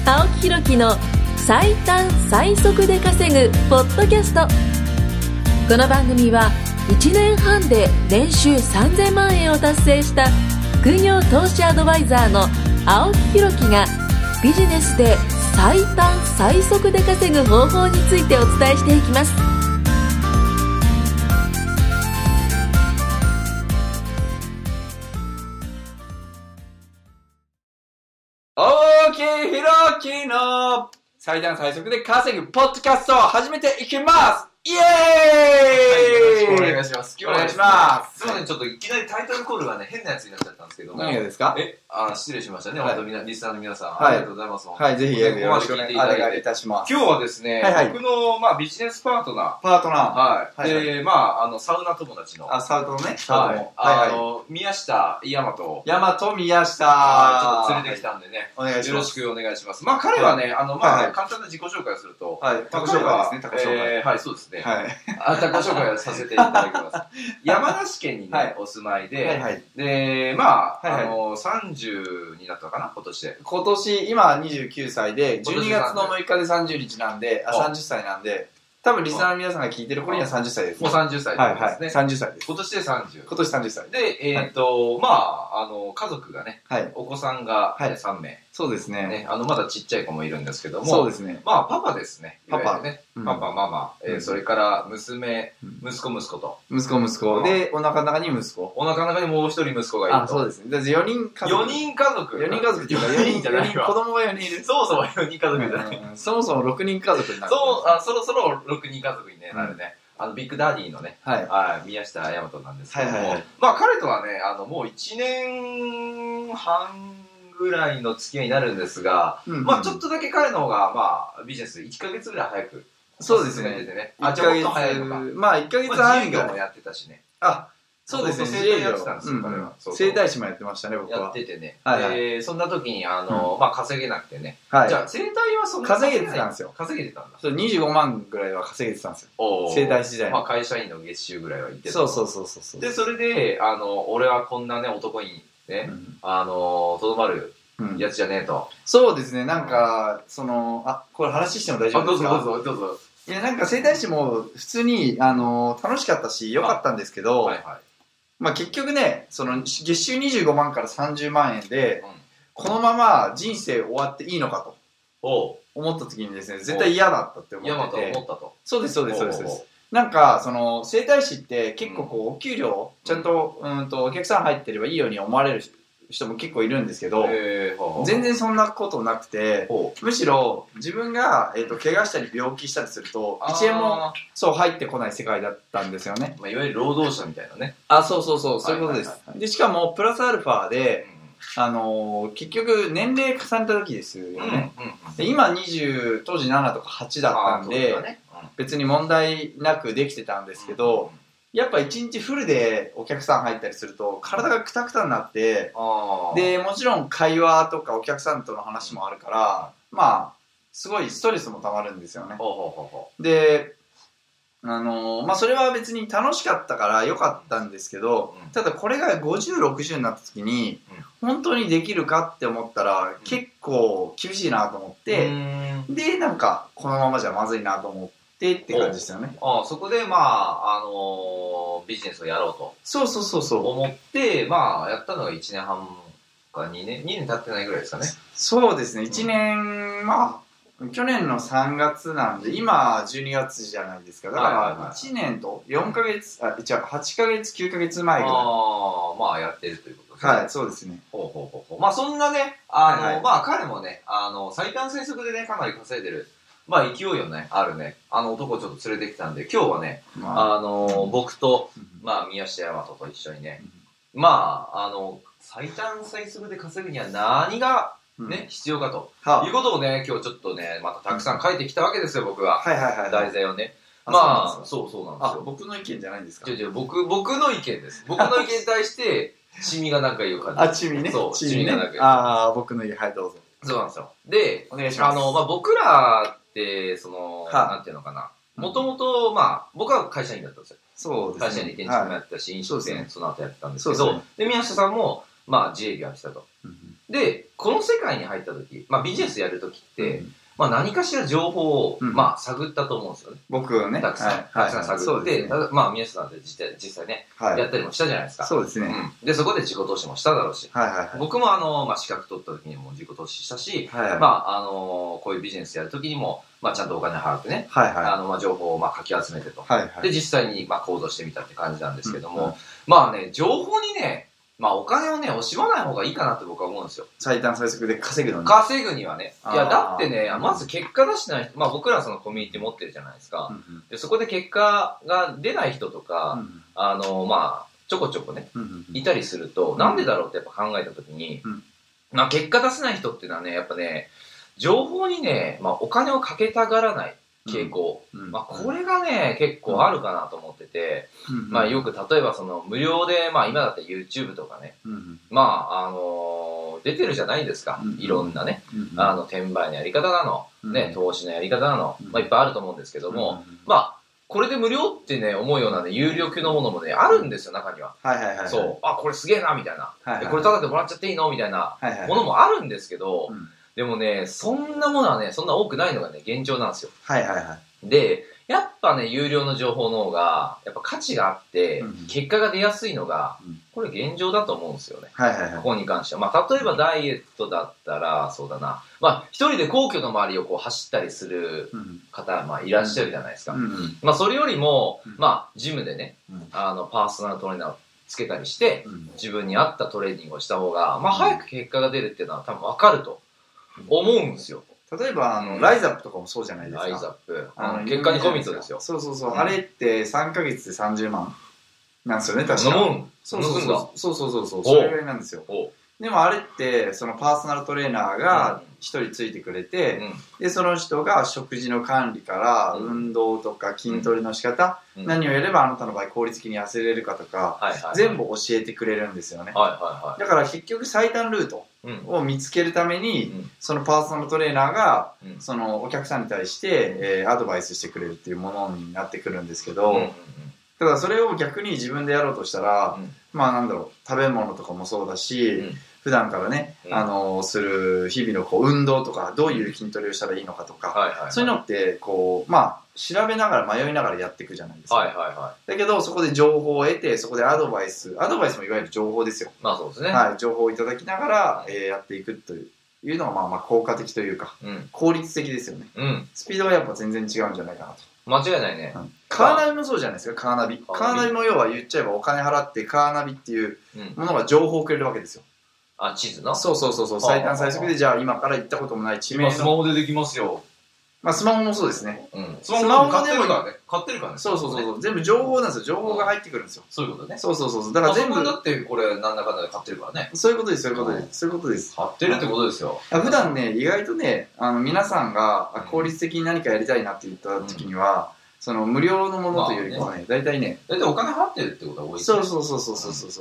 青木ひろきの最短最速で稼ぐポッドキャスト。この番組は1年半で年収3000万円を達成した副業投資アドバイザーの青木ひろきがビジネスで最短最速で稼ぐ方法についてお伝えしていきます。 青木ひろきの最短最速で稼ぐポッドキャストを始めていきます。イエーイ、 よろしくお願いします。 今日はお願いします。 すいません、ちょっといきなりタイトルコールがね、変なやつになっちゃったんですけども。 何がですか？ 失礼しましたね、 はい、 本当にリスナーの皆さん、 はい、 ありがとうございます。 はい、ぜひよろしくお願いいたします。 今日はですね、 はいはい、 僕の、ビジネスパートナー。はい。で、サウナ友達の。 サウナね。 はい。宮下大和。 宮下。 ちょっと連れてきたんでね。 お願いします。 よろしくお願いします。彼はね、簡単な自己紹介をすると。 はい。タコ紹介ですね、タコ紹介。 はい、そうですね。 はい。 タコ紹介をさせていただきます。山梨県にね、お住まいで、で、30になったかな、今年で。 今年、今29歳で、12月の6日で30日なんで、30歳なんで、多分リスナーの皆さんが聞いてる頃には30歳です。 もう30歳ですね。 30歳です。 今年で30。 今年30歳。 で、家族がね、お子さんが3名。 そうですね。 まだちっちゃい子もいるんですけども。 そうですね。 パパですね。 パパね。パパ、ママ、それから娘、息子と。 息子。で、お腹の中に息子。 お腹の中にもう一人息子がいると。 そうですね。だって4人家族。 4人家族。 4人家族っていうか、4人じゃないわ。子供が4人いる。 そもそも4人家族じゃない。 そもそも6人家族になる。 そろそろ6人家族になるね。ビッグダディのね、宮下大和なんですけども、彼とはね、もう1年半ぐらいの付き合いになるんですが、ちょっとだけ彼の方が、ビジネス1ヶ月ぐらい早く。 そうですね。 1ヶ月早いのか。 1ヶ月半自営業もやってたしね。 そうですね。 生態やってたんですよ、彼は。 生態師もやってましたね、僕は。 やっててね。そんな時に、稼げなくてね。じゃあ、生態はそんな稼げてたんですよ。 稼げてたんだ。 そう、25万ぐらいは稼げてたんですよ。生態師時代。 会社員の月収ぐらいは言ってた。 そう。で、 それで、俺はこんなね、男にね、とどまるやつじゃねえと。 そうですね、なんか、これ話しても大丈夫ですか？ どうぞ。 いや、なんか生態師も普通に、楽しかったし、良かったんですけど、結局ね、月収25万から30万円で、このまま人生終わっていいのかと思った時にですね、絶対嫌だったって思ってて。 思ったと。 そうです。なんか、整体師って結構お給料、ちゃんと、お客さん入ってればいいように思われる人も結構いるんですけど、全然そんなことなくて、むしろ自分が、怪我したり病気したりすると、1円も入ってこない世界だったんですよね。 いわゆる労働者みたいなね。 そういうことです。で、しかも、プラスアルファで、結局、年齢重ねた時ですよね。で今当時7とか8だったんで、別に問題なくできてたんですけど、やっぱ1日フルでお客さん入ったりすると体がクタクタになって、でもちろん会話とかお客さんとの話もあるから、すごいストレスもたまるんですよね。でそれは別に楽しかったから良かったんですけど、ただこれが50、60になった時に本当にできるかって思ったら結構厳しいなと思って、でなんかこのままじゃまずいなと思ってって感じですよね。 そこでビジネスをやろうと。 そう思って、やったのが1年半か2年経ってないぐらいですかね。 そうですね、1年、去年の3月なんで、今12月じゃないですか。だから1年と4ヶ月、8ヶ月、9ヶ月前ぐらい。 やってるということですね。 そうですね。 そんなね、彼もね、最短最速でね、かなり稼いでる。勢いをね、あるね、男をちょっと連れてきたんで、今日はね、僕と、宮下大和と一緒にね、最短最速で稼ぐには何が、必要かということをね、今日ちょっとね、またたくさん書いてきたわけですよ、僕は。題材をね。そうなんですよ。 僕の意見じゃないんですか？ 僕の意見です。僕の意見に対して、チミがなんか言う感じ。 チミね。 そう、チミがなんか言う。 僕の意見、どうぞ。 そうなんですよ。で、 お願いします。 僕らって、なんていうのかな。もともと、僕は会社員だったんですよ。 そうですね。 会社員で建築もやってたし、飲食店その後やってたんですけど、で、宮下さんも、自営業やってたと。 で、この世界に入った時、まあビジネスやる時って、まあ何かしら情報を、まあ探ったと思うんですよね。 僕はね。 たくさん探って、まあ皆さんで実際ね、やったりもしたじゃないですか。 そうですね。 で、そこで自己投資もしただろうし、僕もまあ資格取った時にも自己投資したし、まあこういうビジネスやる時にも、まあちゃんとお金払ってね、まあ情報をまあかき集めてと。で、実際にまあ行動してみたって感じなんですけども、まあね、情報にね、まあお金をね、惜しまない方がいいかなって僕は思うんですよ。 最短最速で稼ぐのに。 稼ぐにはね。いや、だってね、まず結果出してない人、まあ僕らそのコミュニティ持ってるじゃないですか。で、そこで結果が出ない人とか、まあ、ちょこちょこね、いたりすると、なんでだろうってやっぱ考えたときに、まあ結果出せない人っていうのはね、やっぱね、情報にね、まあお金をかけたがらない傾向。まあこれがね、結構あるかなと思ってて、まあよく例えばその無料で、まあ今だって YouTube とかね、まあ出てるじゃないですか。いろんなね、転売のやり方なの、ね、投資のやり方なの、まあいっぱいあると思うんですけども、まあこれで無料ってね、思うようなね、有料級のものもね、あるんですよ、中には。そう。あ、これすげえな、みたいな。これタダでもらっちゃっていいのみたいなものもあるんですけど、でもね、そんなものはね、そんな多くないのがね、現状なんですよ。で、やっぱね、有料の情報の方が、やっぱ価値があって、結果が出やすいのが、これ現状だと思うんですよね。ここに関しては。まあ、例えばダイエットだったら、そうだな。まあ、一人で皇居の周りをこう走ったりする方、まあ、いらっしゃるじゃないですか。まあ、それよりも、まあ、ジムでね、パーソナルトレーナーをつけたりして、自分に合ったトレーニングをした方が、まあ、早く結果が出るっていうのは多分わかると思うんですよ。 例えば、ライザップとかもそうじゃないですか。 ライザップ。結果にコミットですよ。 そう。あれって3ヶ月で30万なんですよね、確か。そう。それぐらいなんですよ。でもあれって、そのパーソナルトレーナーが一人ついてくれて、で、その人が食事の管理から、運動とか筋トレの仕方、何をやればあなたの場合効率的に痩せれるかとか、全部教えてくれるんですよね。だから結局最短ルートを見つけるために、そのパーソナルトレーナーが、そのお客さんに対して、アドバイスしてくれるっていうものになってくるんですけど、ただそれを逆に自分でやろうとしたら、まあなんだろう、食べ物とかもそうだし、普段からね、する日々のこう運動とか、どういう筋トレをしたらいいのかとか、そういうのって、こう、まあ、調べながら迷いながらやっていくじゃないですか。だけど、そこで情報を得て、そこでアドバイスもいわゆる情報ですよ。 まあそうですね。 はい、情報をいただきながら、やっていくというのが、まあ効果的というか、効率的ですよね。スピードがやっぱ全然違うんじゃないかなと。 間違いないね。 カーナビもそうじゃないですか、カーナビ。カーナビも要は言っちゃえばお金払ってカーナビっていうものが情報をくれるわけですよ。 あ、地図の？ そう。最短最速で、じゃあ今から行ったこともない地名の。 今スマホでできますよ。 まあスマホもそうですね。 スマホも買ってるからね。買ってるからね。 そう。全部情報なんですよ。情報が入ってくるんですよ。 そういうことね。 そう。だから全部。 だってこれなんだかんだで買ってるからね。 そういうことです。そういうことです。 買ってるってことですよ。 普段ね、意外とね、皆さんが効率的に何かやりたいなって言った時には、その無料のものというよりもね、大体お金払ってるってことが多い。 そう。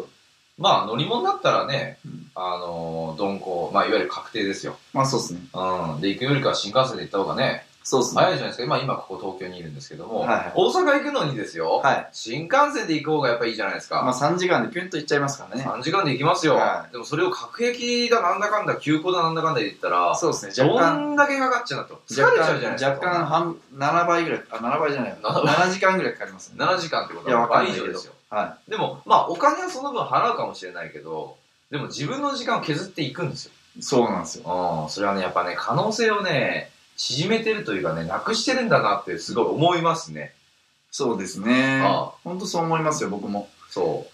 まあ乗り物だったらね、鈍行、まあいわゆる確定ですよ。 まあそうですね。 で行くよりかは新幹線で行った方がね、 そうですね。 早いじゃないですか。今ここ東京にいるんですけども、大阪行くのにですよ、新幹線で行く方がやっぱいいじゃないですか。 まあ3時間でピュンと行っちゃいますからね。 3時間で行きますよ。でもそれを各駅だなんだかんだ、急行だなんだかんだで言ったら、 そうですね。 どんだけかかっちゃうなと。疲れちゃうじゃないですか。 若干7倍ぐらい、7倍じゃないよ。7時間ぐらいかかりますね。 7時間ってことは倍以上ですよ。でも、まあお金はその分払うかもしれないけど、でも自分の時間を削っていくんですよ。そうなんですよ。それはね、やっぱね、可能性をね、縮めてるというかね、なくしてるんだなってすごい思いますね。 そうですね。本当そう思いますよ、僕も。そう。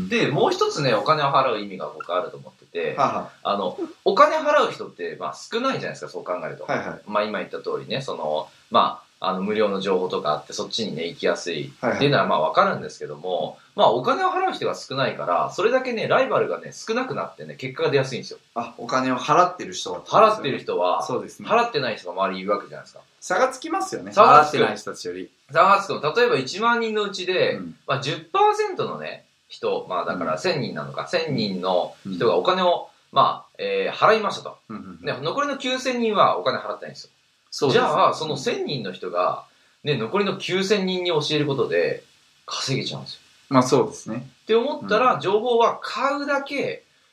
で、もう一つね、お金を払う意味が僕あると思ってて、お金払う人って、まあ少ないじゃないですか、そう考えると。まあ今言った通りね、まあ、無料の情報とかあって、そっちにね、行きやすいっていうのはまあわかるんですけども、まあお金を払う人が少ないから、それだけね、ライバルがね、少なくなってね、結果が出やすいんですよ。 お金を払ってる人は。 払ってる人は、 そうですね。 払ってない人が周りにいるわけじゃないですか。 差がつきますよね。払ってない人たちより。 差がつくの。例えば1万人のうちで、まあ 10% のね、人、まあだから1000人なのか、1000人の人がお金を、まあ、払いましたと。で、残りの9000人はお金払ってないんですよ。じゃあ、その1000人の人が、ね、残りの9000人に教えることで稼げちゃうんですよ。 まあそうですね。 って思ったら、情報は買うだけ、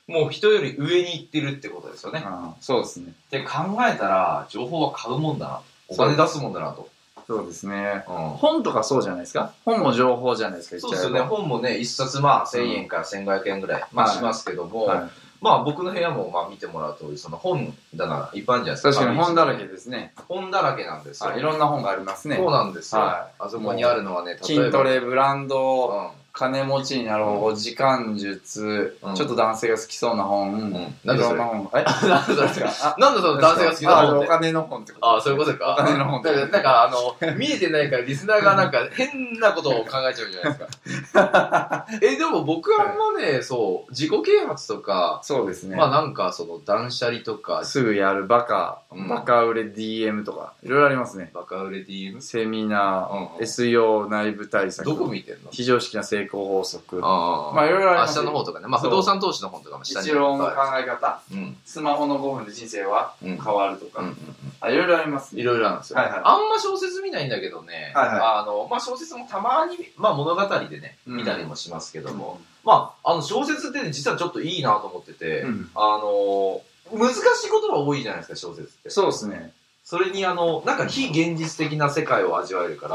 もう人より上に行ってるってことですよね。 そうですね。 って考えたら、情報は買うもんだな。お金出すもんだなと。 そうですね。本とかそうじゃないですか。本も情報じゃないですか。 そうですよね。本もね、一冊まあ1000円から1500円ぐらい、まあしますけども、まあ僕の部屋もまあ見てもらうと、その本棚いっぱいあるんじゃないですか。 確かに本だらけですね。 本だらけなんですよ。 いろんな本がありますね。 そうなんですよ。あそこにあるのはね、 筋トレ、ブランド、金持ちになろう、時間術、ちょっと男性が好きそうな本、 なんでそれなんでその男性が好きな本って。 お金の本ってこと。 あ、そういうことか。 お金の本。 なんか見えてないからリスナーがなんか変なことを考えちゃうじゃないですか。でも僕はあんまね、そう、自己啓発とか、 そうですね。 まあなんかその断捨離とか。 すぐやるバカ売れ DM とか、いろいろありますね。 バカ売れ DM？ セミナー、SEO 内部対策。 どこ見てんの？ 非常識な成功法則。 まあいろいろあります。 明日の方とかね。まあ不動産投資の本とかも下に。 一郎の考え方。スマホの5分で人生は変わるとか。いろいろあります。 いろいろあるんですよ。あんま小説見ないんだけどね。まあ小説もたまに、まあ物語でね、見たりもしますけども。まあ小説って実はちょっといいなと思ってて、難しい言葉多いじゃないですか、小説って。 そうですね。 それになんか非現実的な世界を味わえるから、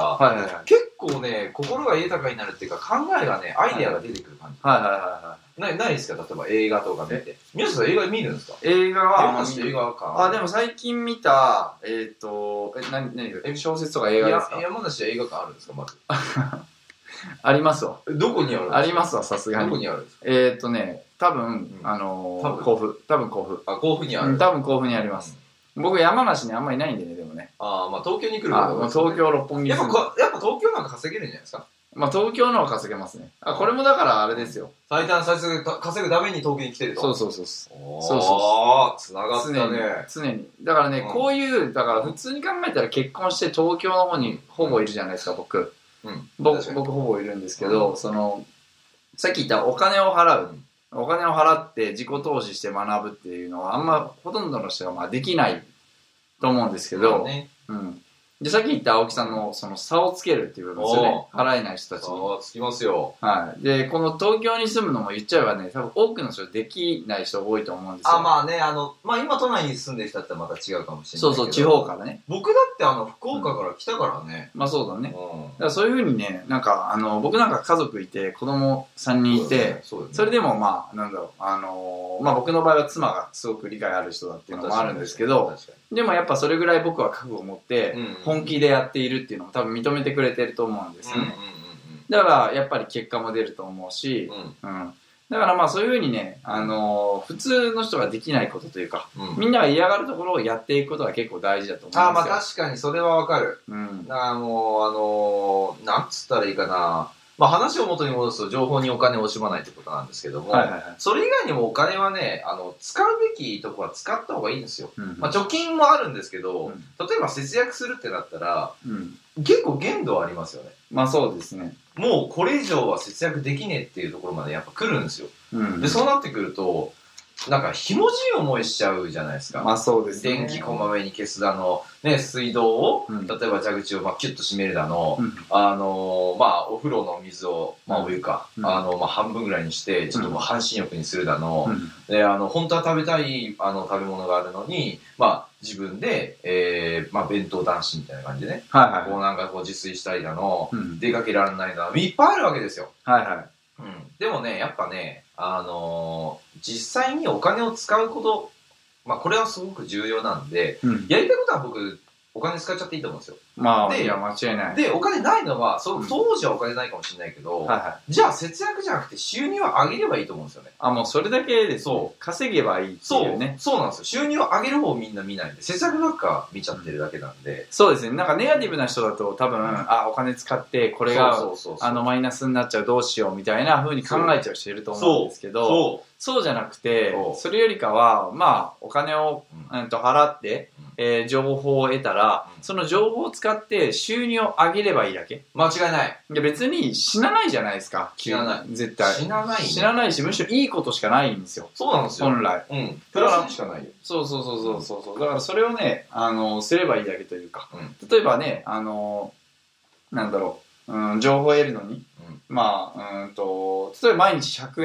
結構ね、心が豊かになるっていうか、考えがね、アイデアが出てくる感じ。ないですか？例えば映画とか見て。宮下さん映画見るんですか？ 映画は、 映画か。 でも最近見た、小説とか映画ですか？ 山梨は映画館あるんですか、まず。 ありますわ。 どこにあるんですか？ ありますわ、さすがに。 どこにあるんですか？ 多分、甲府。多分甲府。 あ、甲府にある。 多分甲府にあります。僕山梨にあんまりいないんでね、でもね。 まあ東京に来るから東京六本木やっぱ東京なんか稼げるんじゃないですか？ まあ東京の方が稼げますね。これもだからあれですよ。 最短最速稼ぐために東京に来てると。 そう。 繋がったね。 常に。だからね、こういう、だから普通に考えたら結婚して東京の方にほぼいるじゃないですか、僕。僕ほぼいるんですけど、さっき言ったお金を払う。お金を払って自己投資して学ぶっていうのはあんまほとんどの人がまあできないと思うんですけど、で、さっき言った青木さんのその差をつけるっていう部分ですよね。払えない人たちに。 差はつきますよ。 で、この東京に住むのも言っちゃえばね、多分多くの人できない人多いと思うんですよ。 まあね、まあ今都内に住んでる人だったらまた違うかもしれないけど。 そう、地方からね。 僕だって福岡から来たからね。 まあそうだね。だからそういうふうにね、なんか僕なんか家族いて、子供3人いて、それでもまあ、なんだろう、まあ僕の場合は妻がすごく理解ある人だっていうのもあるんですけど、でもやっぱそれぐらい僕は覚悟を持って本気でやっているっていうのも多分認めてくれてると思うんですよね。だからやっぱり結果も出ると思うし、だからまあそういうふうにね、普通の人ができないことというか、みんなが嫌がるところをやっていくことが結構大事だと思うんですよ。 まあ確かにそれはわかる。だからもうなんつったらいいかな。まあ話を元に戻すと情報にお金を惜しまないってことなんですけども、それ以外にもお金はね、使うべきとこは使った方がいいんですよ。まあ貯金もあるんですけど、例えば節約するってなったら、結構限度はありますよね。 まあそうですね。 もうこれ以上は節約できねえっていうところまでやっぱ来るんですよ。で、そうなってくると、なんかひもじい思いしちゃうじゃないですか。 まあそうですね。 電気こまめに消すだの、ね、水道を、例えば蛇口をまあキュッと閉めるだの、まあお風呂の水を、まあお湯か、まあ半分ぐらいにして、ちょっともう半身浴にするだの、で、本当は食べたい食べ物があるのに、まあ自分で、まあ弁当男子みたいな感じでね、こうなんかこう自炊したりだの、出かけられないだの、いっぱいあるわけですよ。でもね、やっぱね、実際にお金を使うこと、まあこれはすごく重要なんで、やりたいことは僕、お金使っちゃっていいと思うんですよ。 まあ、いや、間違いない。 で、お金ないのは、当時はお金ないかもしれないけど、じゃあ節約じゃなくて収入を上げればいいと思うんですよね。 もうそれだけで、稼げばいいっていうね。 そうなんですよ。収入を上げる方をみんな見ないんで、節約ばっか見ちゃってるだけなんで。 そうですね。なんかネガティブな人だと多分、お金使ってこれがマイナスになっちゃうどうしようみたいな風に考えちゃう人いると思うんですけど、そうじゃなくて、それよりかは、まあ、お金を払って、情報を得たら、その情報を使って収入を上げればいいだけ。 間違いない。 いや別に死なないじゃないですか。 死なない。 絶対。 死なない、ね。 死なないし、むしろいいことしかないんですよ。 そうなんですよ。 本来。 プラスしかないよ。 そう。だからそれをね、すればいいだけというか。例えばね、なんだろう、情報を得るのに、まあ、例えば毎日100円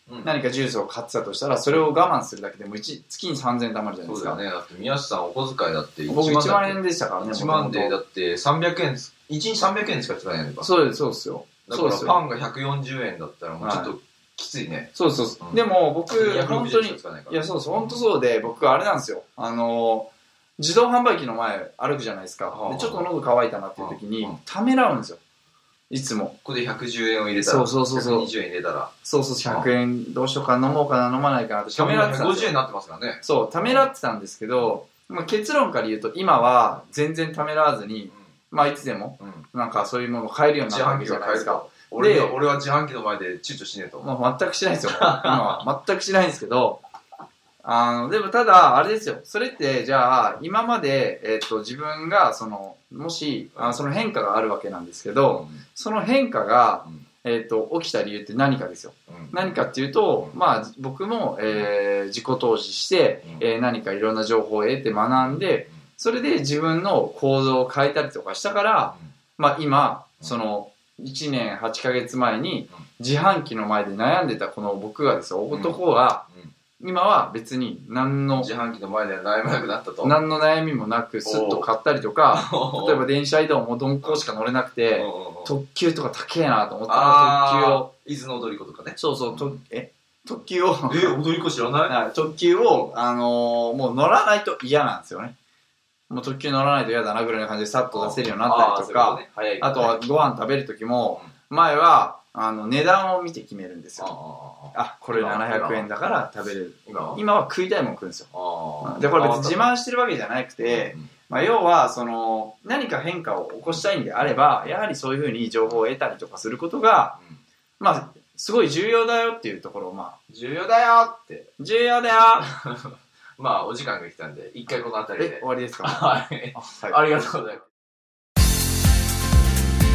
何かジュースを買ってたとしたら、それを我慢するだけでも月に3000円貯まるじゃないですか。 そうだよね。だって宮下さんお小遣いだって僕1万円でしたからね。 1万でだって300円、1日300円しか使えないのか。 そうですよ。 だからパンが140円だったらもうちょっときついね。 そう。でも僕、本当に、いや本当そうで、僕あれなんですよ。自動販売機の前歩くじゃないですか。でちょっと喉乾いたなっていう時に、ためらうんですよ。いつも。 ここで110円を入れたら、120円入れたら。 100円どうしようか飲もうかな飲まないかなってためらってたんですよ。 150円になってますからね。 そう、ためらってたんですけど、結論から言うと今は全然ためらわずに、いつでも、なんかそういうものを買えるようになったわけじゃないですか。 俺は自販機の前で躊躇しねえと。 全くしないですよ。今は全くしないんですけど、でもただ、あれですよ。それって、じゃあ、今まで、自分が、もし、その変化があるわけなんですけど、その変化が、起きた理由って何かですよ。何かっていうと、僕も、自己投資して、何かいろんな情報を得て学んで、それで自分の構造を変えたりとかしたから、今、1年8ヶ月前に自販機の前で悩んでたこの僕がですよ、男が、今は別に何の自販機の前で悩まなくなったと。 何の悩みもなくスッと買ったりとか、例えば電車移動も鈍行しか乗れなくて、特急とか高えなと思ったら特急を。 伊豆の踊り子とかね。 そう、特急を。 踊り子知らない？ 特急を、もう乗らないと嫌なんですよね。もう特急乗らないと嫌だなぐらいな感じでさっと出せるようになったりとか、あとはご飯食べるときも、前は、値段を見て決めるんですよ。これ700円だから食べれる。今は食いたいもん食うんですよ。で、これ別に自慢してるわけじゃなくて、要は、何か変化を起こしたいんであれば、やはりそういうふうに情報を得たりとかすることが、すごい重要だよっていうところを、 重要だよって。 重要だよお時間が来たんで、一回この辺りで。 終わりですか？ はい。ありがとうございます。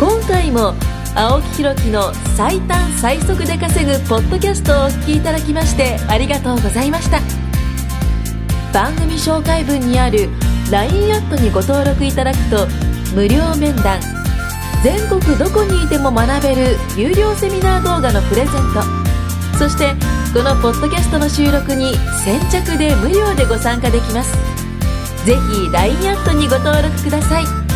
今回も、青木ひろきの最短最速で稼ぐポッドキャストをお聞きいただきましてありがとうございました。番組紹介文にある LINE アットにご登録いただくと無料面談、全国どこにいても学べる有料セミナー動画のプレゼント、そしてこのポッドキャストの収録に先着で無料でご参加できます。ぜひ LINE アットにご登録ください。